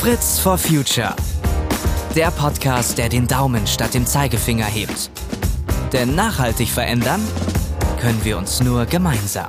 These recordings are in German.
Fritz for Future. Der Podcast, der den Daumen statt dem Zeigefinger hebt. Denn nachhaltig verändern können wir uns nur gemeinsam.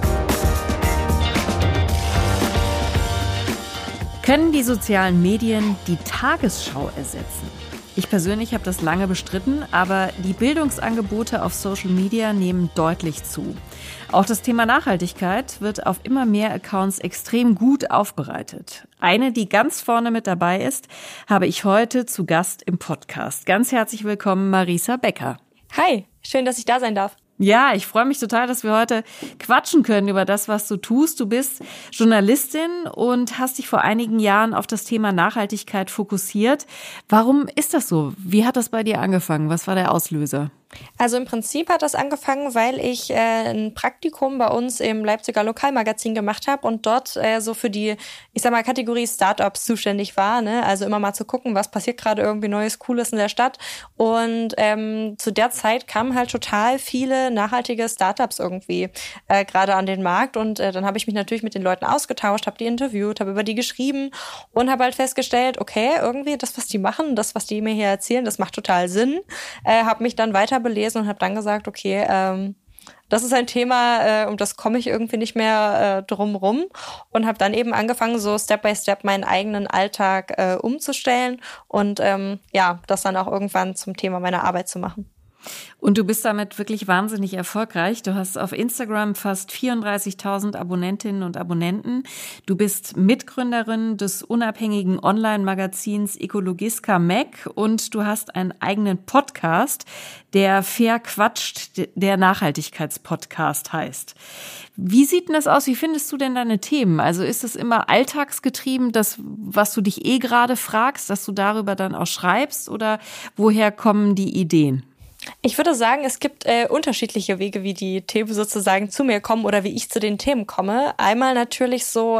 Können die sozialen Medien die Tagesschau ersetzen? Ich persönlich habe das lange bestritten, aber die Bildungsangebote auf Social Media nehmen deutlich zu. Auch das Thema Nachhaltigkeit wird auf immer mehr Accounts extrem gut aufbereitet. Eine, die ganz vorne mit dabei ist, habe ich heute zu Gast im Podcast. Ganz herzlich willkommen, Marisa Becker. Hi, schön, dass ich da sein darf. Ja, ich freue mich total, dass wir heute quatschen können über das, was du tust. Du bist Journalistin und hast dich vor einigen Jahren auf das Thema Nachhaltigkeit fokussiert. Warum ist das so? Wie hat das bei dir angefangen? Was war der Auslöser? Also im Prinzip hat das angefangen, weil ich ein Praktikum bei uns im Leipziger Lokalmagazin gemacht habe und dort so für die, Kategorie Startups zuständig war, ne? Also immer mal zu gucken, was passiert gerade irgendwie Neues, Cooles in der Stadt. Und zu der Zeit kamen halt total viele nachhaltige Startups irgendwie gerade an den Markt. Und dann habe ich mich natürlich mit den Leuten ausgetauscht, habe die interviewt, habe über die geschrieben und habe halt festgestellt, okay, irgendwie das, was die machen, das, was die mir hier erzählen, das macht total Sinn. Habe mich dann weiter belesen und habe dann gesagt, okay, das ist ein Thema, um das komme ich irgendwie nicht mehr drum rum und habe dann eben angefangen, so Step by Step meinen eigenen Alltag umzustellen und das dann auch irgendwann zum Thema meiner Arbeit zu machen. Und du bist damit wirklich wahnsinnig erfolgreich. Du hast auf Instagram fast 34.000 Abonnentinnen und Abonnenten. Du bist Mitgründerin des unabhängigen Online-Magazins Ecologiska Mac und du hast einen eigenen Podcast, der Fair Quatscht, der Nachhaltigkeitspodcast heißt. Wie sieht denn das aus? Wie findest du denn deine Themen? Also ist es immer alltagsgetrieben, das, was du dich gerade fragst, dass du darüber dann auch schreibst, oder woher kommen die Ideen? Ich würde sagen, es gibt unterschiedliche Wege, wie die Themen sozusagen zu mir kommen oder wie ich zu den Themen komme. Einmal natürlich so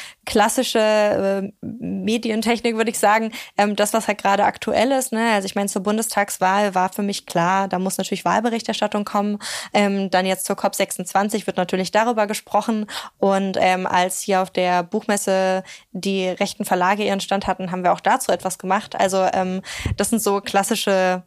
klassische Medientechnik, würde ich sagen, das, was halt gerade aktuell ist. Ne? Also ich meine, zur Bundestagswahl war für mich klar, da muss natürlich Wahlberichterstattung kommen. Dann jetzt zur COP26 wird natürlich darüber gesprochen. Und als hier auf der Buchmesse die rechten Verlage ihren Stand hatten, haben wir auch dazu etwas gemacht. Also das sind so klassische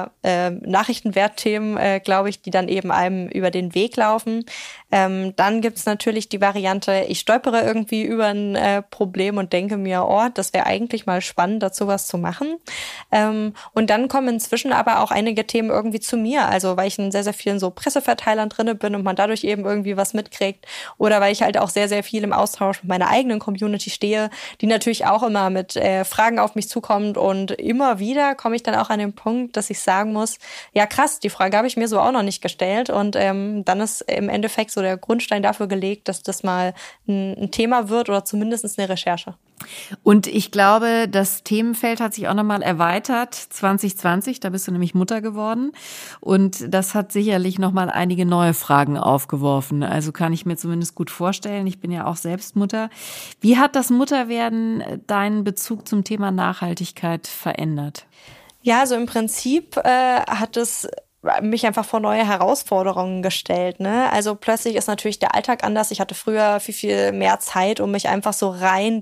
Nachrichtenwertthemen, glaube ich, die dann eben einem über den Weg laufen. Dann gibt's natürlich die Variante, ich stolpere irgendwie über ein Problem und denke mir, das wäre eigentlich mal spannend, dazu was zu machen. Und dann kommen inzwischen aber auch einige Themen irgendwie zu mir, also weil ich in sehr, sehr vielen so Presseverteilern drinne bin und man dadurch eben irgendwie was mitkriegt, oder weil ich halt auch sehr, sehr viel im Austausch mit meiner eigenen Community stehe, die natürlich auch immer mit Fragen auf mich zukommt, und immer wieder komme ich dann auch an den Punkt, dass ich sagen muss, ja krass, die Frage habe ich mir so auch noch nicht gestellt, und dann ist im Endeffekt so der Grundstein dafür gelegt, dass das mal ein Thema wird oder zumindest eine Recherche. Und ich glaube, das Themenfeld hat sich auch nochmal erweitert 2020, da bist du nämlich Mutter geworden, und das hat sicherlich nochmal einige neue Fragen aufgeworfen. Also kann ich mir zumindest gut vorstellen, ich bin ja auch selbst Mutter. Wie hat das Mutterwerden deinen Bezug zum Thema Nachhaltigkeit verändert? Ja, also im Prinzip hat es mich einfach vor neue Herausforderungen gestellt, ne? Also plötzlich ist natürlich der Alltag anders. Ich hatte früher viel, viel mehr Zeit, um mich einfach so rein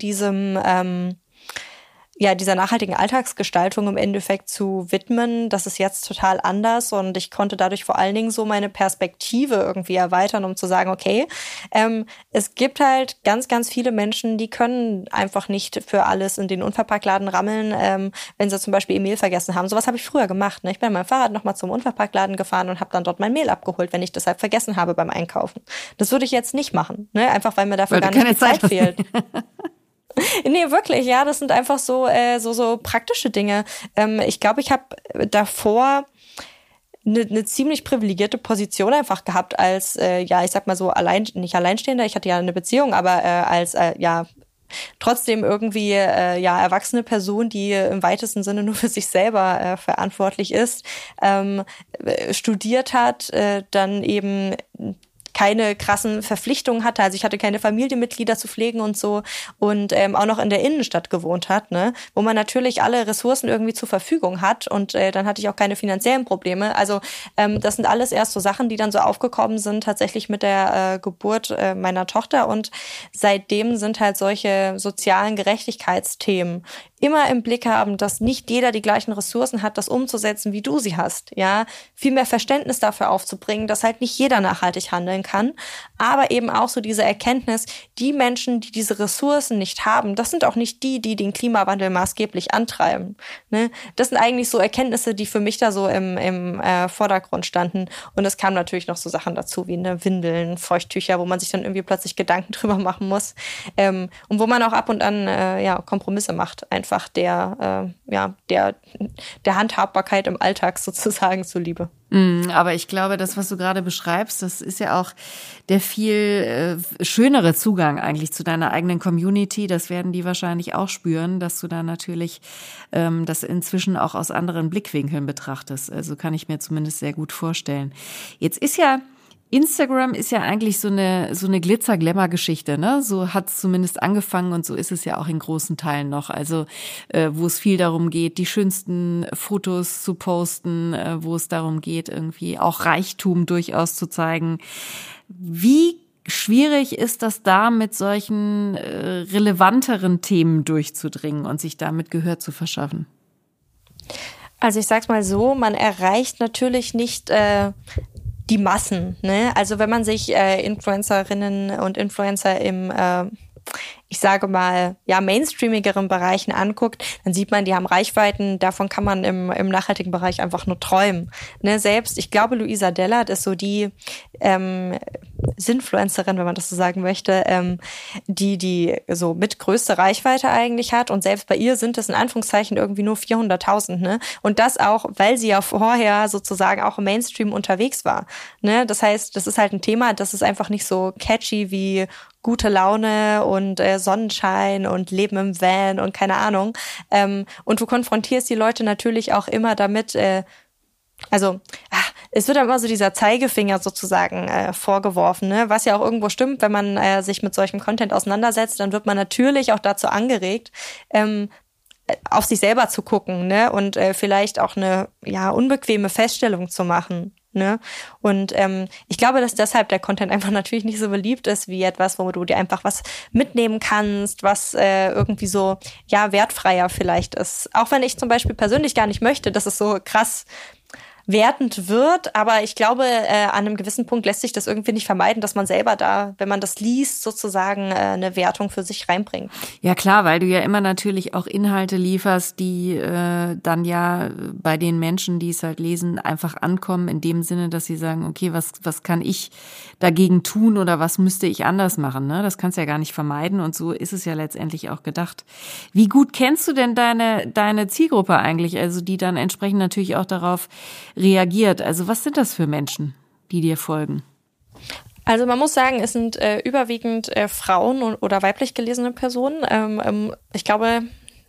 dieser nachhaltigen Alltagsgestaltung im Endeffekt zu widmen. Das ist jetzt total anders, und ich konnte dadurch vor allen Dingen so meine Perspektive irgendwie erweitern, um zu sagen, okay, es gibt halt ganz, ganz viele Menschen, die können einfach nicht für alles in den Unverpacktladen rammeln, wenn sie zum Beispiel Mehl vergessen haben. Sowas habe ich früher gemacht, ne? Ich bin mit meinem Fahrrad nochmal zum Unverpacktladen gefahren und habe dann dort mein Mehl abgeholt, wenn ich das halt vergessen habe beim Einkaufen. Das würde ich jetzt nicht machen, ne? Einfach weil mir dafür gar nicht die Zeit fehlt. Nee, wirklich, ja, das sind einfach so praktische Dinge. Ich glaube, ich habe davor eine ziemlich privilegierte Position einfach gehabt als, nicht Alleinstehender, ich hatte ja eine Beziehung, aber als trotzdem irgendwie erwachsene Person, die im weitesten Sinne nur für sich selber verantwortlich ist, studiert hat, dann eben keine krassen Verpflichtungen hatte. Also ich hatte keine Familienmitglieder zu pflegen und so und auch noch in der Innenstadt gewohnt hat, ne, wo man natürlich alle Ressourcen irgendwie zur Verfügung hat und dann hatte ich auch keine finanziellen Probleme. Also das sind alles erst so Sachen, die dann so aufgekommen sind, tatsächlich mit der Geburt meiner Tochter und seitdem sind halt solche sozialen Gerechtigkeitsthemen immer im Blick haben, dass nicht jeder die gleichen Ressourcen hat, das umzusetzen, wie du sie hast, ja, viel mehr Verständnis dafür aufzubringen, dass halt nicht jeder nachhaltig handeln kann, aber eben auch so diese Erkenntnis, die Menschen, die diese Ressourcen nicht haben, das sind auch nicht die, die den Klimawandel maßgeblich antreiben, ne? Das sind eigentlich so Erkenntnisse, die für mich da so im Vordergrund standen und es kamen natürlich noch so Sachen dazu, wie ne Windeln, Feuchttücher, wo man sich dann irgendwie plötzlich Gedanken drüber machen muss und wo man auch ab und an Kompromisse macht, einfach der Handhabbarkeit im Alltag sozusagen zuliebe. Aber ich glaube, das, was du gerade beschreibst, das ist ja auch der viel schönere Zugang eigentlich zu deiner eigenen Community. Das werden die wahrscheinlich auch spüren, dass du da natürlich das inzwischen auch aus anderen Blickwinkeln betrachtest. Also kann ich mir zumindest sehr gut vorstellen. Jetzt ist ja Instagram ist ja eigentlich so eine Glitzer-Glamour-Geschichte, ne? So hat es zumindest angefangen und so ist es ja auch in großen Teilen noch. Also wo es viel darum geht, die schönsten Fotos zu posten, wo es darum geht, irgendwie auch Reichtum durchaus zu zeigen. Wie schwierig ist das da, mit solchen relevanteren Themen durchzudringen und sich damit Gehör zu verschaffen? Also ich sag's mal so, man erreicht natürlich nicht die Massen, ne? Also wenn man sich Influencerinnen und Influencer im ich sage mal, ja, mainstreamigeren Bereichen anguckt, dann sieht man, die haben Reichweiten, davon kann man im nachhaltigen Bereich einfach nur träumen. Ne, selbst, ich glaube, Luisa Dellert ist so die Sinfluencerin, wenn man das so sagen möchte, die so mit größte Reichweite eigentlich hat und selbst bei ihr sind es in Anführungszeichen irgendwie nur 400.000, ne? Und das auch, weil sie ja vorher sozusagen auch im Mainstream unterwegs war, ne? Das heißt, das ist halt ein Thema, das ist einfach nicht so catchy wie gute Laune und Sonnenschein und Leben im Van und keine Ahnung. Und du konfrontierst die Leute natürlich auch immer damit, es wird dann immer so dieser Zeigefinger sozusagen vorgeworfen, ne? Was ja auch irgendwo stimmt, wenn man sich mit solchem Content auseinandersetzt, dann wird man natürlich auch dazu angeregt, auf sich selber zu gucken, ne? Und vielleicht auch eine unbequeme Feststellung zu machen. Ne? Und ich glaube, dass deshalb der Content einfach natürlich nicht so beliebt ist wie etwas, wo du dir einfach was mitnehmen kannst, was irgendwie so wertfreier vielleicht ist. Auch wenn ich zum Beispiel persönlich gar nicht möchte, dass es so krass wertend wird, aber ich glaube, an einem gewissen Punkt lässt sich das irgendwie nicht vermeiden, dass man selber da, wenn man das liest, sozusagen eine Wertung für sich reinbringt. Ja klar, weil du ja immer natürlich auch Inhalte lieferst, die dann ja bei den Menschen, die es halt lesen, einfach ankommen, in dem Sinne, dass sie sagen, okay, was kann ich dagegen tun oder was müsste ich anders machen, ne? Das kannst du ja gar nicht vermeiden und so ist es ja letztendlich auch gedacht. Wie gut kennst du denn deine Zielgruppe eigentlich, also die dann entsprechend natürlich auch darauf reagiert? Also was sind das für Menschen, die dir folgen? Also man muss sagen, es sind überwiegend Frauen oder weiblich gelesene Personen. Ich glaube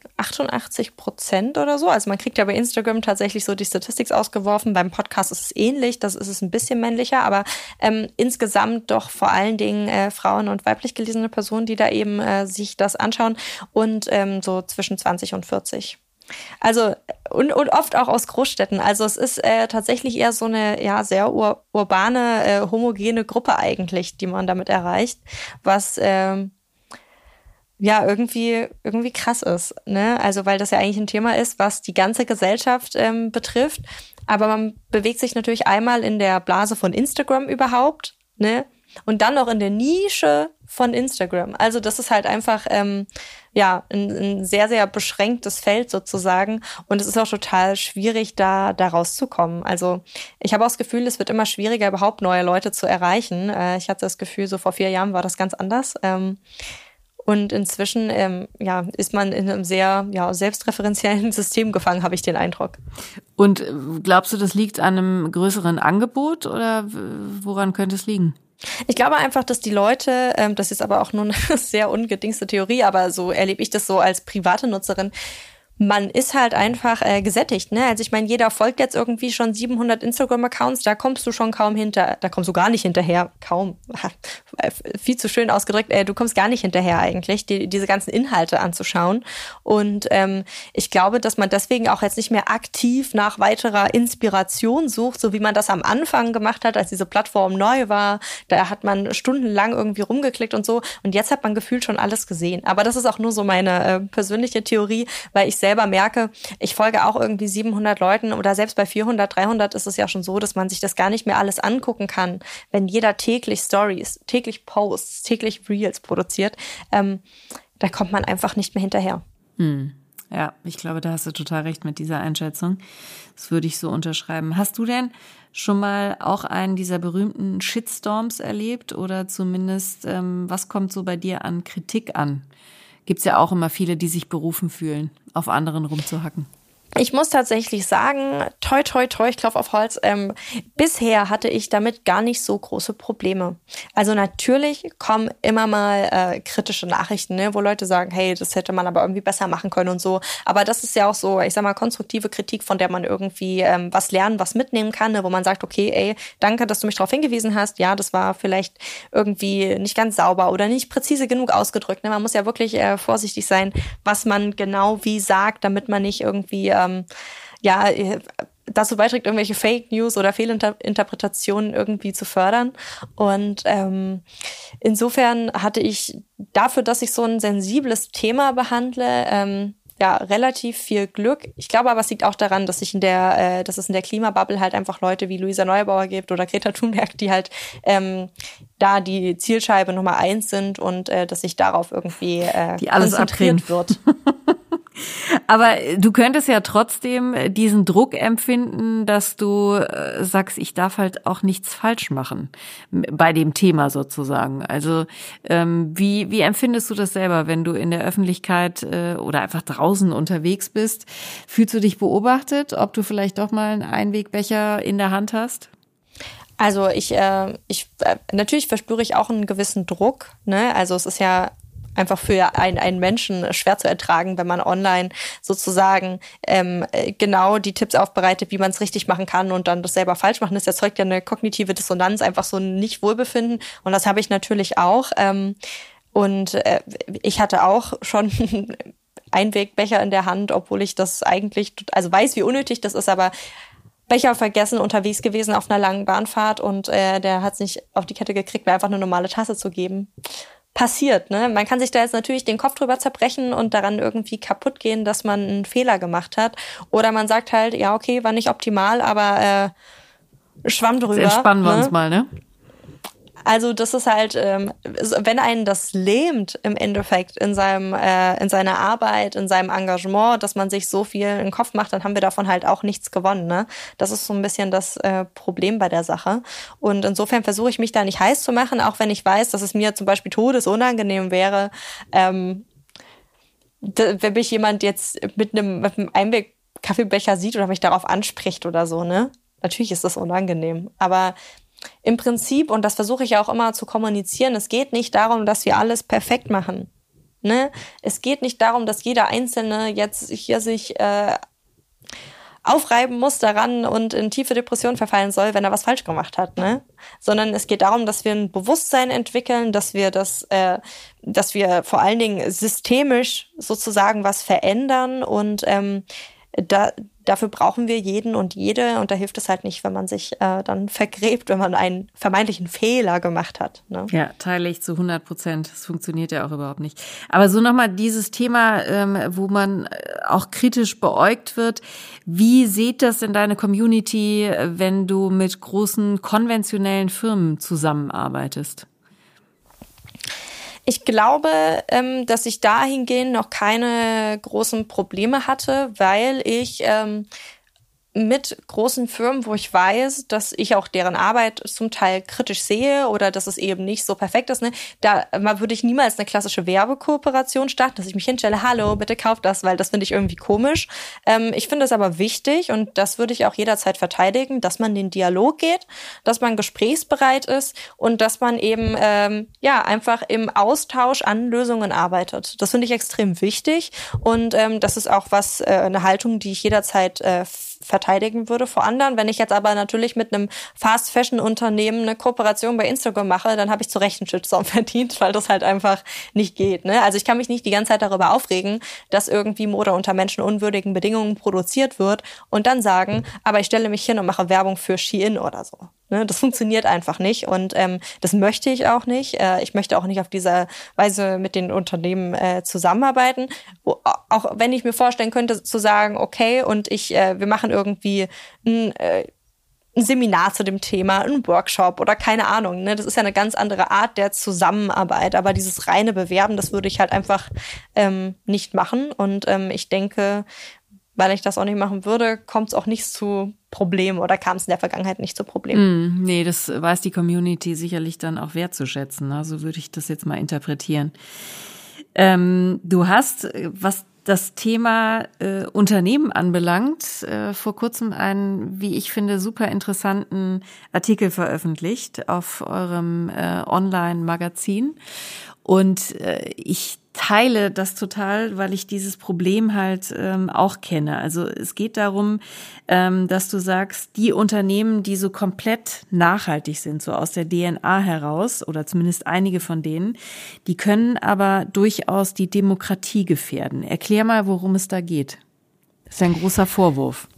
88% oder so. Also man kriegt ja bei Instagram tatsächlich so die Statistik ausgeworfen. Beim Podcast ist es ähnlich, das ist es ein bisschen männlicher, aber insgesamt doch vor allen Dingen Frauen und weiblich gelesene Personen, die da eben sich das anschauen und so zwischen 20 und 40. Also und oft auch aus Großstädten. Also es ist tatsächlich eher so eine sehr urbane, homogene Gruppe eigentlich, die man damit erreicht, was irgendwie krass ist, ne? Also weil das ja eigentlich ein Thema ist, was die ganze Gesellschaft betrifft. Aber man bewegt sich natürlich einmal in der Blase von Instagram überhaupt, ne? Und dann noch in der Nische von Instagram. Also das ist halt einfach ein sehr, sehr beschränktes Feld sozusagen. Und es ist auch total schwierig, da rauszukommen. Also ich habe auch das Gefühl, es wird immer schwieriger, überhaupt neue Leute zu erreichen. Ich hatte das Gefühl, so vor 4 Jahren war das ganz anders. Und inzwischen ist man in einem sehr selbstreferenziellen System gefangen, habe ich den Eindruck. Und glaubst du, das liegt an einem größeren Angebot oder woran könnte es liegen? Ich glaube einfach, dass die Leute, das ist aber auch nur eine sehr ungedingste Theorie, aber so erlebe ich das so als private Nutzerin, man ist halt einfach gesättigt, ne? Also ich meine, jeder folgt jetzt irgendwie schon 700 Instagram-Accounts, da kommst du schon kaum da kommst du gar nicht hinterher, kaum, viel zu schön ausgedrückt, du kommst gar nicht hinterher eigentlich, diese ganzen Inhalte anzuschauen. Und ich glaube, dass man deswegen auch jetzt nicht mehr aktiv nach weiterer Inspiration sucht, so wie man das am Anfang gemacht hat, als diese Plattform neu war. Da hat man stundenlang irgendwie rumgeklickt und so. Und jetzt hat man gefühlt schon alles gesehen. Aber das ist auch nur so meine persönliche Theorie, weil ich selber merke, ich folge auch irgendwie 700 Leuten oder selbst bei 400, 300 ist es ja schon so, dass man sich das gar nicht mehr alles angucken kann, wenn jeder täglich Stories, täglich Posts, täglich Reels produziert. Da kommt man einfach nicht mehr hinterher. Ja, ich glaube, da hast du total recht mit dieser Einschätzung. Das würde ich so unterschreiben. Hast du denn schon mal auch einen dieser berühmten Shitstorms erlebt oder zumindest, was kommt so bei dir an Kritik an? Gibt's ja auch immer viele, die sich berufen fühlen, auf anderen rumzuhacken. Ich muss tatsächlich sagen, toi, toi, toi, ich klopfe auf Holz, bisher hatte ich damit gar nicht so große Probleme. Also natürlich kommen immer mal kritische Nachrichten, ne, wo Leute sagen, hey, das hätte man aber irgendwie besser machen können und so. Aber das ist ja auch so, ich sag mal, konstruktive Kritik, von der man irgendwie was lernen, was mitnehmen kann, ne, wo man sagt, okay, ey, danke, dass du mich darauf hingewiesen hast. Ja, das war vielleicht irgendwie nicht ganz sauber oder nicht präzise genug ausgedrückt. Ne? Man muss ja wirklich vorsichtig sein, was man genau wie sagt, damit man nicht irgendwie dazu beiträgt, irgendwelche Fake News oder Fehlinterpretationen irgendwie zu fördern. Und insofern hatte ich dafür, dass ich so ein sensibles Thema behandle, relativ viel Glück. Ich glaube aber, es liegt auch daran, dass es in der Klimabubble halt einfach Leute wie Luisa Neubauer gibt oder Greta Thunberg, die halt da die Zielscheibe Nummer 1 sind und dass sich darauf irgendwie die alles konzentriert wird. Aber du könntest ja trotzdem diesen Druck empfinden, dass du sagst, ich darf halt auch nichts falsch machen bei dem Thema sozusagen. Also wie empfindest du das selber, wenn du in der Öffentlichkeit oder einfach draußen unterwegs bist? Fühlst du dich beobachtet, ob du vielleicht doch mal einen Einwegbecher in der Hand hast? Also natürlich verspüre ich auch einen gewissen Druck, ne? Also es ist ja einfach für einen Menschen schwer zu ertragen, wenn man online sozusagen genau die Tipps aufbereitet, wie man es richtig machen kann und dann das selber falsch machen. Das erzeugt ja eine kognitive Dissonanz, einfach so ein Nicht-Wohlbefinden. Und das habe ich natürlich auch. Ich hatte auch schon Einwegbecher in der Hand, obwohl ich das eigentlich, also weiß, wie unnötig das ist, aber Becher vergessen, unterwegs gewesen auf einer langen Bahnfahrt und der hat es nicht auf die Kette gekriegt, mir einfach eine normale Tasse zu geben. Passiert, ne? Man kann sich da jetzt natürlich den Kopf drüber zerbrechen und daran irgendwie kaputt gehen, dass man einen Fehler gemacht hat. Oder man sagt halt, ja, okay, war nicht optimal, aber schwamm drüber. Jetzt entspannen wir uns mal, ne? Also das ist halt, wenn einen das lähmt im Endeffekt in seiner Arbeit, in seinem Engagement, dass man sich so viel in den Kopf macht, dann haben wir davon halt auch nichts gewonnen. Ne? Das ist so ein bisschen das Problem bei der Sache. Und insofern versuche ich mich da nicht heiß zu machen, auch wenn ich weiß, dass es mir zum Beispiel todesunangenehm wäre, wenn mich jemand jetzt mit einem Einweg-Kaffeebecher sieht oder mich darauf anspricht oder so. Ne? Natürlich ist das unangenehm, aber im Prinzip, und das versuche ich auch immer zu kommunizieren, es geht nicht darum, dass wir alles perfekt machen. Ne? Es geht nicht darum, dass jeder Einzelne jetzt hier sich aufreiben muss daran und in tiefe Depression verfallen soll, wenn er was falsch gemacht hat. Ne? Sondern es geht darum, dass wir ein Bewusstsein entwickeln, dass wir vor allen Dingen systemisch sozusagen was verändern und dafür brauchen wir jeden und jede und da hilft es halt nicht, wenn man sich dann vergräbt, wenn man einen vermeintlichen Fehler gemacht hat. Ne? Ja, teile ich zu 100%. Das funktioniert ja auch überhaupt nicht. Aber so nochmal dieses Thema, wo man auch kritisch beäugt wird. Wie sieht das in deine Community, wenn du mit großen konventionellen Firmen zusammenarbeitest? Ich glaube, dass ich dahingehend noch keine großen Probleme hatte, weil ich mit großen Firmen, wo ich weiß, dass ich auch deren Arbeit zum Teil kritisch sehe oder dass es eben nicht so perfekt ist, ne, da würde ich niemals eine klassische Werbekooperation starten, dass ich mich hinstelle, hallo, bitte kauft das, weil das finde ich irgendwie komisch. Ich finde es aber wichtig und das würde ich auch jederzeit verteidigen, dass man den Dialog geht, dass man gesprächsbereit ist und dass man eben einfach im Austausch an Lösungen arbeitet. Das finde ich extrem wichtig und das ist auch eine Haltung, die ich jederzeit verteidigen würde vor anderen. Wenn ich jetzt aber natürlich mit einem Fast-Fashion-Unternehmen eine Kooperation bei Instagram mache, dann habe ich zu Recht einen Shitstorm verdient, weil das halt einfach nicht geht. Ne? Also ich kann mich nicht die ganze Zeit darüber aufregen, dass irgendwie Mode unter menschenunwürdigen Bedingungen produziert wird und dann sagen, aber ich stelle mich hin und mache Werbung für Shein oder so. Ne? Das funktioniert einfach nicht und das möchte ich auch nicht. Ich möchte auch nicht auf diese Weise mit den Unternehmen zusammenarbeiten. Auch wenn ich mir vorstellen könnte, zu sagen, okay, und wir machen irgendwie ein Seminar zu dem Thema, ein Workshop oder keine Ahnung. Ne? Das ist ja eine ganz andere Art der Zusammenarbeit. Aber dieses reine Bewerben, das würde ich halt einfach nicht machen. Und ich denke, weil ich das auch nicht machen würde, kommt es auch nicht zu Problemen oder kam es in der Vergangenheit nicht zu Problemen. Nee, das weiß die Community sicherlich dann auch wertzuschätzen. Ne? So würde ich das jetzt mal interpretieren. Du hast, was das Thema Unternehmen anbelangt, vor kurzem einen, wie ich finde, super interessanten Artikel veröffentlicht auf eurem Online-Magazin. Und ich teile das total, weil ich dieses Problem halt auch kenne. Also es geht darum, dass du sagst, die Unternehmen, die so komplett nachhaltig sind, so aus der DNA heraus, oder zumindest einige von denen, die können aber durchaus die Demokratie gefährden. Erklär mal, worum es da geht. Das ist ein großer Vorwurf.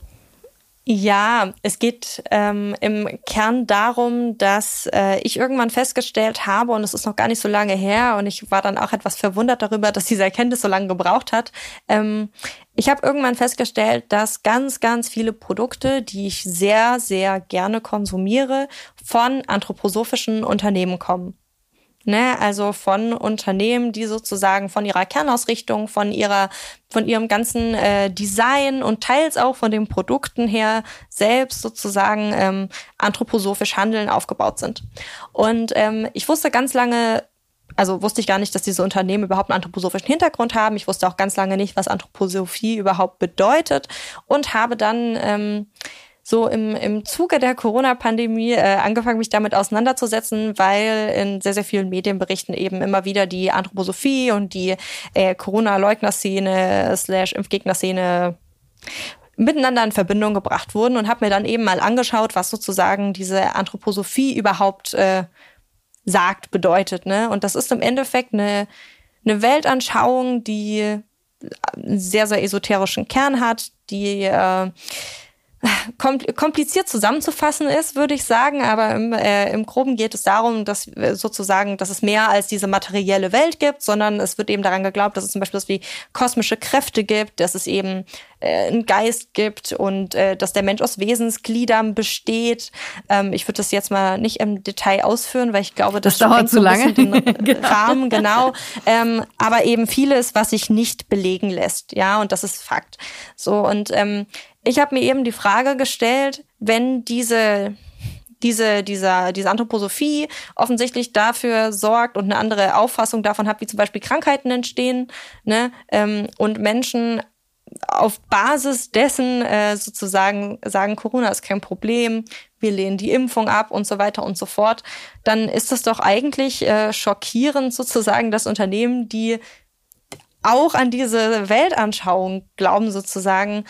Ja, es geht im Kern darum, dass ich irgendwann festgestellt habe, und es ist noch gar nicht so lange her, und ich war dann auch etwas verwundert darüber, dass diese Erkenntnis so lange gebraucht hat. Ich habe irgendwann festgestellt, dass ganz, ganz viele Produkte, die ich sehr, sehr gerne konsumiere, von anthroposophischen Unternehmen kommen. Ne, also von Unternehmen, die sozusagen von ihrer Kernausrichtung, von ihrem ganzen Design und teils auch von den Produkten her selbst sozusagen anthroposophisch handeln, aufgebaut sind. Und ich wusste ganz lange, also wusste ich gar nicht, dass diese Unternehmen überhaupt einen anthroposophischen Hintergrund haben. Ich wusste auch ganz lange nicht, was Anthroposophie überhaupt bedeutet und habe dann so im Zuge der Corona-Pandemie angefangen, mich damit auseinanderzusetzen, weil in sehr, sehr vielen Medienberichten eben immer wieder die Anthroposophie und die Corona-Leugner-Szene / Impfgegner-Szene miteinander in Verbindung gebracht wurden und habe mir dann eben mal angeschaut, was sozusagen diese Anthroposophie überhaupt sagt, bedeutet. Ne? Und das ist im Endeffekt eine Weltanschauung, die einen sehr, sehr esoterischen Kern hat, die kompliziert zusammenzufassen ist, würde ich sagen, aber im Groben geht es darum, dass es mehr als diese materielle Welt gibt, sondern es wird eben daran geglaubt, dass es zum Beispiel wie kosmische Kräfte gibt, dass es eben einen Geist gibt und dass der Mensch aus Wesensgliedern besteht. Ich würde das jetzt mal nicht im Detail ausführen, weil ich glaube, das dauert zu lange. Den Rahmen, genau. Aber eben vieles, was sich nicht belegen lässt, ja, und das ist Fakt. So, und ich habe mir eben die Frage gestellt, wenn diese Anthroposophie offensichtlich dafür sorgt und eine andere Auffassung davon hat, wie zum Beispiel Krankheiten entstehen, ne, und Menschen auf Basis dessen sozusagen sagen, Corona ist kein Problem, wir lehnen die Impfung ab und so weiter und so fort, dann ist das doch eigentlich schockierend sozusagen, dass Unternehmen, die auch an diese Weltanschauung glauben sozusagen,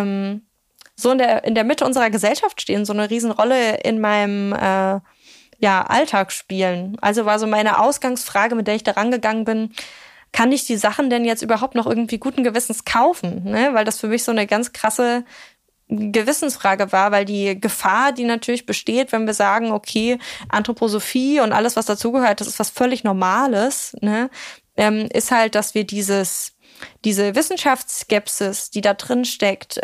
so in der Mitte unserer Gesellschaft stehen, so eine Riesenrolle in meinem Alltag spielen. Also war so meine Ausgangsfrage, mit der ich da rangegangen bin, kann ich die Sachen denn jetzt überhaupt noch irgendwie guten Gewissens kaufen? Ne? Weil das für mich so eine ganz krasse Gewissensfrage war, weil die Gefahr, die natürlich besteht, wenn wir sagen, okay, Anthroposophie und alles, was dazugehört, das ist was völlig Normales, ne? Ist halt, dass wir diese Wissenschaftsskepsis, die da drin steckt,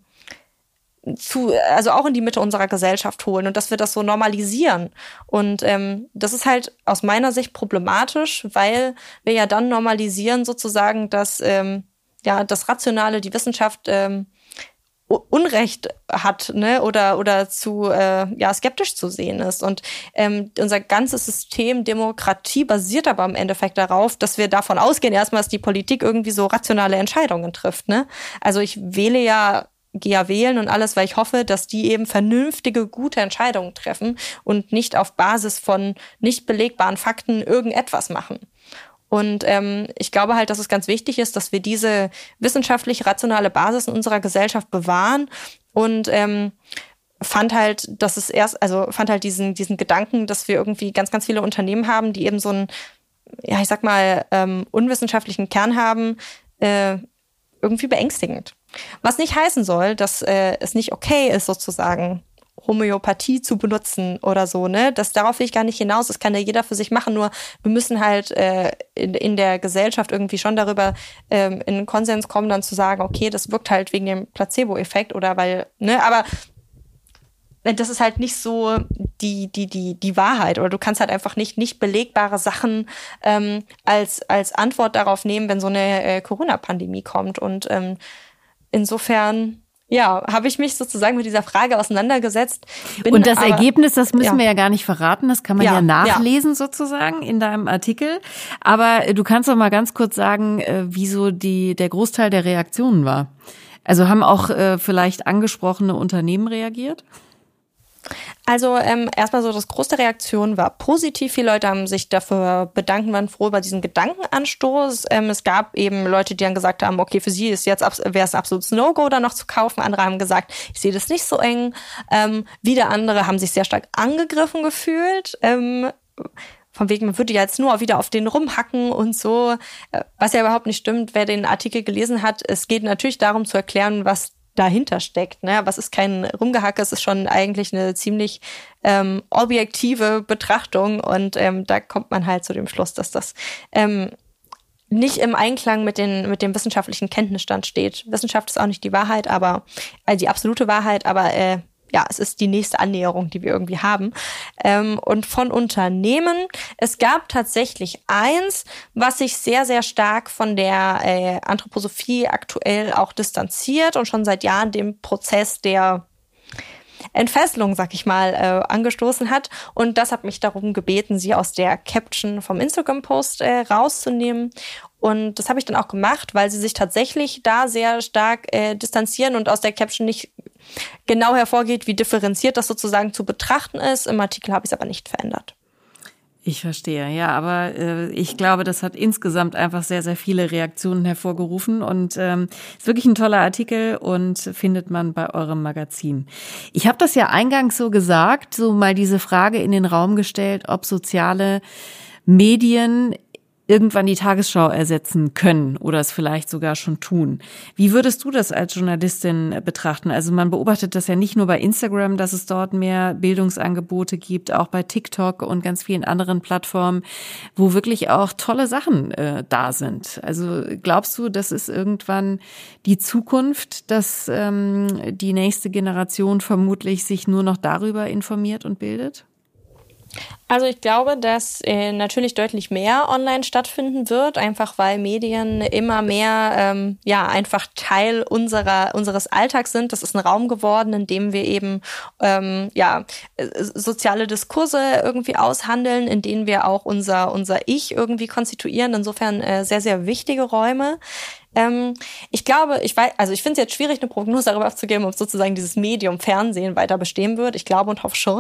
also auch in die Mitte unserer Gesellschaft holen und dass wir das so normalisieren. Und das ist halt aus meiner Sicht problematisch, weil wir ja dann normalisieren sozusagen, dass das Rationale, die Wissenschaft Unrecht hat, ne, oder zu skeptisch zu sehen ist. Und unser ganzes System Demokratie basiert aber im Endeffekt darauf, dass wir davon ausgehen, erstmal, dass die Politik irgendwie so rationale Entscheidungen trifft, ne? Also ich gehe ja wählen und alles, weil ich hoffe, dass die eben vernünftige, gute Entscheidungen treffen und nicht auf Basis von nicht belegbaren Fakten irgendetwas machen. Und ich glaube halt, dass es ganz wichtig ist, dass wir diese wissenschaftlich rationale Basis in unserer Gesellschaft bewahren und fand halt diesen Gedanken, dass wir irgendwie ganz, ganz viele Unternehmen haben, die eben so einen, unwissenschaftlichen Kern haben, irgendwie beängstigend. Was nicht heißen soll, dass es nicht okay ist, sozusagen Homöopathie zu benutzen oder so, ne? Darauf will ich gar nicht hinaus, das kann ja jeder für sich machen, nur wir müssen halt in der Gesellschaft irgendwie schon darüber in einen Konsens kommen, dann zu sagen, okay, das wirkt halt wegen dem Placebo-Effekt oder weil, ne, aber das ist halt nicht so die Wahrheit, oder du kannst halt einfach nicht belegbare Sachen als Antwort darauf nehmen, wenn so eine Corona-Pandemie kommt. Und insofern habe ich mich sozusagen mit dieser Frage auseinandergesetzt. Und das Ergebnis, das müssen wir ja gar nicht verraten, das kann man ja nachlesen sozusagen in deinem Artikel. Aber du kannst doch mal ganz kurz sagen, wieso der Großteil der Reaktionen war. Also haben auch vielleicht angesprochene Unternehmen reagiert? Also erstmal so, das große Reaktion war positiv. Viele Leute haben sich dafür bedankt, waren froh über diesen Gedankenanstoß. Es gab eben Leute, die dann gesagt haben, okay, für sie ist wäre es ein absolutes No-Go, da noch zu kaufen. Andere haben gesagt, ich sehe das nicht so eng. Wieder andere haben sich sehr stark angegriffen gefühlt. Von wegen, man würde ja jetzt nur wieder auf den rumhacken und so. Was ja überhaupt nicht stimmt, wer den Artikel gelesen hat. Es geht natürlich darum zu erklären, was dahinter steckt, ne? Was ist kein Rumgehacke, es ist schon eigentlich eine ziemlich objektive Betrachtung und da kommt man halt zu dem Schluss, dass das nicht im Einklang mit dem wissenschaftlichen Kenntnisstand steht. Wissenschaft ist auch nicht die Wahrheit, aber die absolute Wahrheit, aber es ist die nächste Annäherung, die wir irgendwie haben. Und von Unternehmen, es gab tatsächlich eins, was sich sehr, sehr stark von der Anthroposophie aktuell auch distanziert und schon seit Jahren den Prozess der Entfesselung, sag ich mal, angestoßen hat. Und das hat mich darum gebeten, sie aus der Caption vom Instagram-Post rauszunehmen. Und das habe ich dann auch gemacht, weil sie sich tatsächlich da sehr stark distanzieren und aus der Caption nicht genau hervorgeht, wie differenziert das sozusagen zu betrachten ist. Im Artikel habe ich es aber nicht verändert. Ich verstehe, ja, aber ich glaube, das hat insgesamt einfach sehr, sehr viele Reaktionen hervorgerufen und ist wirklich ein toller Artikel und findet man bei eurem Magazin. Ich habe das ja eingangs so gesagt, so mal diese Frage in den Raum gestellt, ob soziale Medien irgendwann die Tagesschau ersetzen können oder es vielleicht sogar schon tun. Wie würdest du das als Journalistin betrachten? Also man beobachtet das ja nicht nur bei Instagram, dass es dort mehr Bildungsangebote gibt, auch bei TikTok und ganz vielen anderen Plattformen, wo wirklich auch tolle Sachen da sind. Also glaubst du, das ist irgendwann die Zukunft, dass die nächste Generation vermutlich sich nur noch darüber informiert und bildet? Also ich glaube, dass natürlich deutlich mehr online stattfinden wird, einfach weil Medien immer mehr einfach Teil unseres Alltags sind. Das ist ein Raum geworden, in dem wir eben soziale Diskurse irgendwie aushandeln, in denen wir auch unser Ich irgendwie konstituieren. Insofern sehr, sehr wichtige Räume. Ich glaube, ich finde es jetzt schwierig, eine Prognose darüber abzugeben, ob sozusagen dieses Medium Fernsehen weiter bestehen wird. Ich glaube und hoffe schon.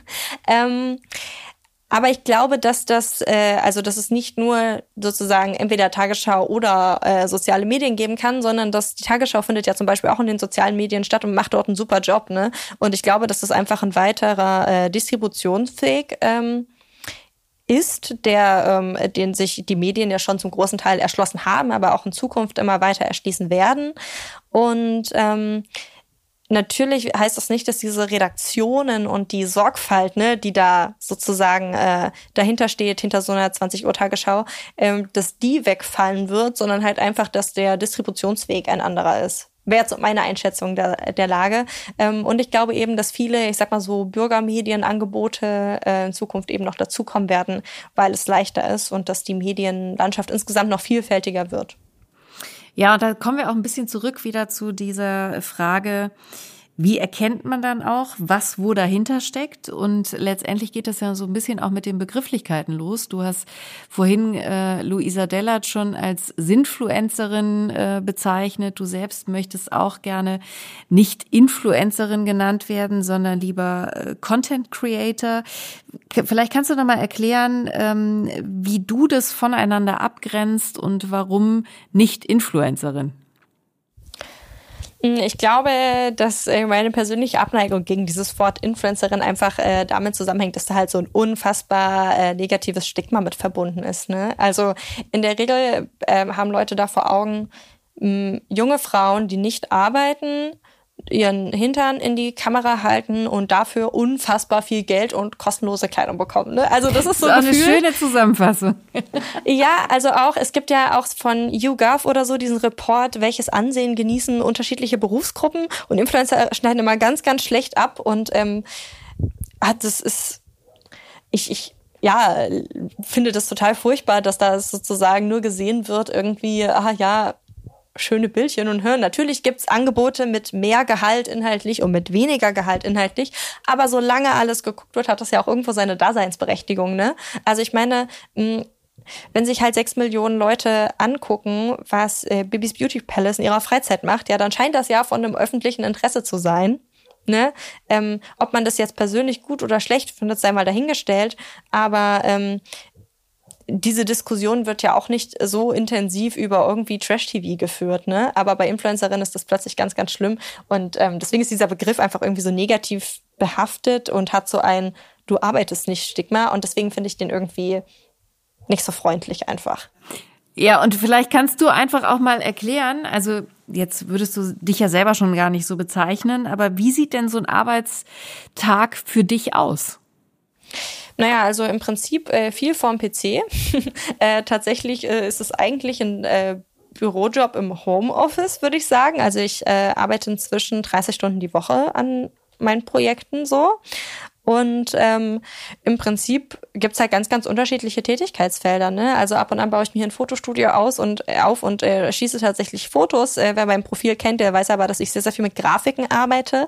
Aber ich glaube, dass dass es nicht nur sozusagen entweder Tagesschau oder soziale Medien geben kann, sondern dass die Tagesschau findet ja zum Beispiel auch in den sozialen Medien statt und macht dort einen super Job, ne? Und ich glaube, dass das einfach ein weiterer Distributionsweg ist, den sich die Medien ja schon zum großen Teil erschlossen haben, aber auch in Zukunft immer weiter erschließen werden. Und natürlich heißt das nicht, dass diese Redaktionen und die Sorgfalt, ne, die da sozusagen dahinter steht, hinter so einer 20-Uhr-Tagesschau, dass die wegfallen wird, sondern halt einfach, dass der Distributionsweg ein anderer ist. Wäre jetzt meine Einschätzung der Lage. Und ich glaube eben, dass viele, ich sag mal so, Bürgermedienangebote in Zukunft eben noch dazukommen werden, weil es leichter ist und dass die Medienlandschaft insgesamt noch vielfältiger wird. Ja, und da kommen wir auch ein bisschen zurück wieder zu dieser Frage, wie erkennt man dann auch, was wo dahinter steckt? Und letztendlich geht das ja so ein bisschen auch mit den Begrifflichkeiten los. Du hast vorhin Luisa Dellert schon als Sinfluencerin bezeichnet. Du selbst möchtest auch gerne nicht Influencerin genannt werden, sondern lieber Content Creator. Vielleicht kannst du noch mal erklären, wie du das voneinander abgrenzt und warum nicht Influencerin? Ich glaube, dass meine persönliche Abneigung gegen dieses Wort Influencerin einfach damit zusammenhängt, dass da halt so ein unfassbar negatives Stigma mit verbunden ist. Ne? Also in der Regel haben Leute da vor Augen junge Frauen, die nicht arbeiten, ihren Hintern in die Kamera halten und dafür unfassbar viel Geld und kostenlose Kleidung bekommen. Ne? Also das ist so eine schöne Zusammenfassung. Ja, also auch, es gibt ja auch von YouGov oder so diesen Report, welches Ansehen genießen unterschiedliche Berufsgruppen, und Influencer schneiden immer ganz, ganz schlecht ab, und ich finde das total furchtbar, dass da sozusagen nur gesehen wird, irgendwie, schöne Bildchen und hören. Natürlich gibt's Angebote mit mehr Gehalt inhaltlich und mit weniger Gehalt inhaltlich, aber solange alles geguckt wird, hat das ja auch irgendwo seine Daseinsberechtigung, ne? Also ich meine, wenn sich halt 6 Millionen Leute angucken, was Bibis Beauty Palace in ihrer Freizeit macht, ja, dann scheint das ja von einem öffentlichen Interesse zu sein. Ne? Ob man das jetzt persönlich gut oder schlecht findet, sei mal dahingestellt, aber diese Diskussion wird ja auch nicht so intensiv über irgendwie Trash-TV geführt, ne? Aber bei Influencerinnen ist das plötzlich ganz, ganz schlimm. Und deswegen ist dieser Begriff einfach irgendwie so negativ behaftet und hat so ein "Du arbeitest nicht" Stigma. Und deswegen finde ich den irgendwie nicht so freundlich einfach. Ja, und vielleicht kannst du einfach auch mal erklären, also jetzt würdest du dich ja selber schon gar nicht so bezeichnen, aber wie sieht denn so ein Arbeitstag für dich aus? Naja, also im Prinzip viel vorm PC. Tatsächlich ist es eigentlich ein Bürojob im Homeoffice, würde ich sagen. Also ich arbeite inzwischen 30 Stunden die Woche an meinen Projekten so. Und im Prinzip gibt's halt ganz, ganz unterschiedliche Tätigkeitsfelder. Ne? Also ab und an baue ich mir ein Fotostudio auf und schieße tatsächlich Fotos. Wer mein Profil kennt, der weiß aber, dass ich sehr, sehr viel mit Grafiken arbeite.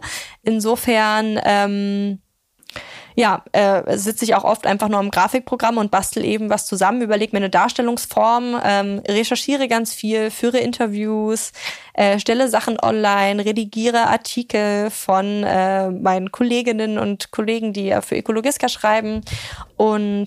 Insofern sitze ich auch oft einfach nur im Grafikprogramm und bastel eben was zusammen, überlege mir eine Darstellungsform, recherchiere ganz viel, führe Interviews, stelle Sachen online, redigiere Artikel von meinen Kolleginnen und Kollegen, die ja für Ökologiska schreiben, und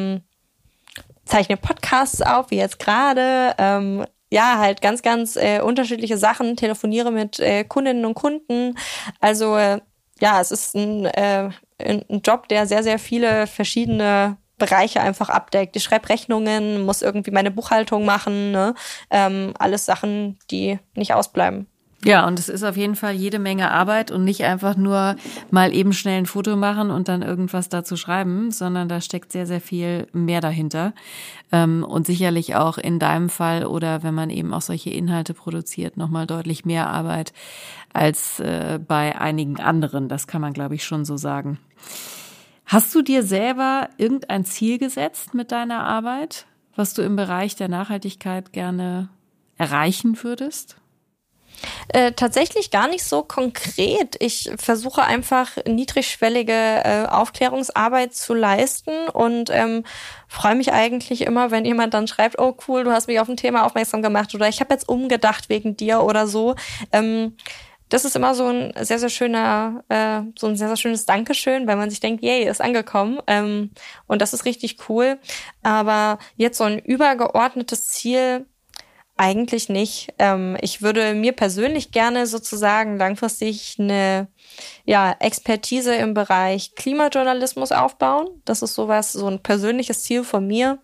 zeichne Podcasts auf, wie jetzt gerade, halt ganz, ganz unterschiedliche Sachen, telefoniere mit Kundinnen und Kunden, also es ist ein Job, der sehr, sehr viele verschiedene Bereiche einfach abdeckt. Ich schreibe Rechnungen, muss irgendwie meine Buchhaltung machen, ne? Alles Sachen, die nicht ausbleiben. Ja, und es ist auf jeden Fall jede Menge Arbeit und nicht einfach nur mal eben schnell ein Foto machen und dann irgendwas dazu schreiben, sondern da steckt sehr, sehr viel mehr dahinter. Und sicherlich auch in deinem Fall oder wenn man eben auch solche Inhalte produziert, nochmal deutlich mehr Arbeit als bei einigen anderen. Das kann man, glaube ich, schon so sagen. Hast du dir selber irgendein Ziel gesetzt mit deiner Arbeit, was du im Bereich der Nachhaltigkeit gerne erreichen würdest? Tatsächlich gar nicht so konkret. Ich versuche einfach niedrigschwellige Aufklärungsarbeit zu leisten und freue mich eigentlich immer, wenn jemand dann schreibt, oh cool, du hast mich auf ein Thema aufmerksam gemacht oder ich habe jetzt umgedacht wegen dir oder so. Das ist immer so ein sehr, sehr schöner, so ein sehr, sehr schönes Dankeschön, weil man sich denkt, yay, ist angekommen. Und das ist richtig cool. Aber jetzt so ein übergeordnetes Ziel eigentlich nicht. Ich würde mir persönlich gerne sozusagen langfristig eine Expertise im Bereich Klimajournalismus aufbauen. Das ist so ein persönliches Ziel von mir.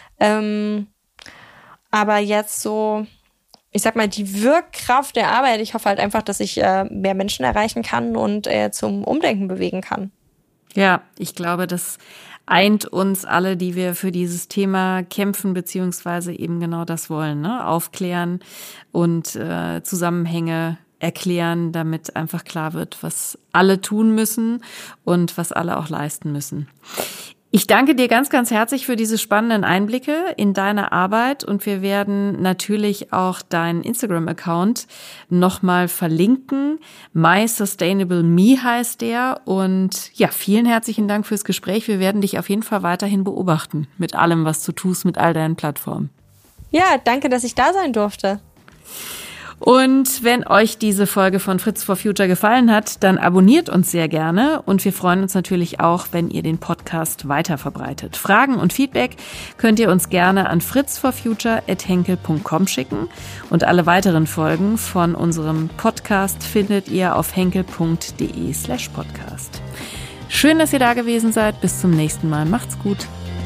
Aber jetzt so, ich sag mal, die Wirkkraft der Arbeit, ich hoffe halt einfach, dass ich mehr Menschen erreichen kann und zum Umdenken bewegen kann. Ja, ich glaube, das eint uns alle, die wir für dieses Thema kämpfen, beziehungsweise eben genau das wollen, ne? Aufklären und Zusammenhänge erklären, damit einfach klar wird, was alle tun müssen und was alle auch leisten müssen. Ich danke dir ganz, ganz herzlich für diese spannenden Einblicke in deine Arbeit und wir werden natürlich auch deinen Instagram-Account nochmal verlinken. My Sustainable Me heißt der und ja, vielen herzlichen Dank fürs Gespräch. Wir werden dich auf jeden Fall weiterhin beobachten mit allem, was du tust, mit all deinen Plattformen. Ja, danke, dass ich da sein durfte. Und wenn euch diese Folge von Fritz for Future gefallen hat, dann abonniert uns sehr gerne und wir freuen uns natürlich auch, wenn ihr den Podcast weiterverbreitet. Fragen und Feedback könnt ihr uns gerne an fritzforfuture@henkel.com schicken und alle weiteren Folgen von unserem Podcast findet ihr auf henkel.de/podcast. Schön, dass ihr da gewesen seid. Bis zum nächsten Mal. Macht's gut.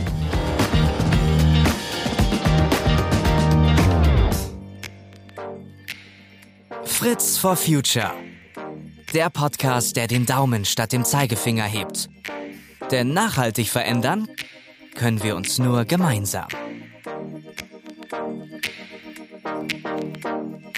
Fritz for Future. Der Podcast, der den Daumen statt dem Zeigefinger hebt. Denn nachhaltig verändern können wir uns nur gemeinsam.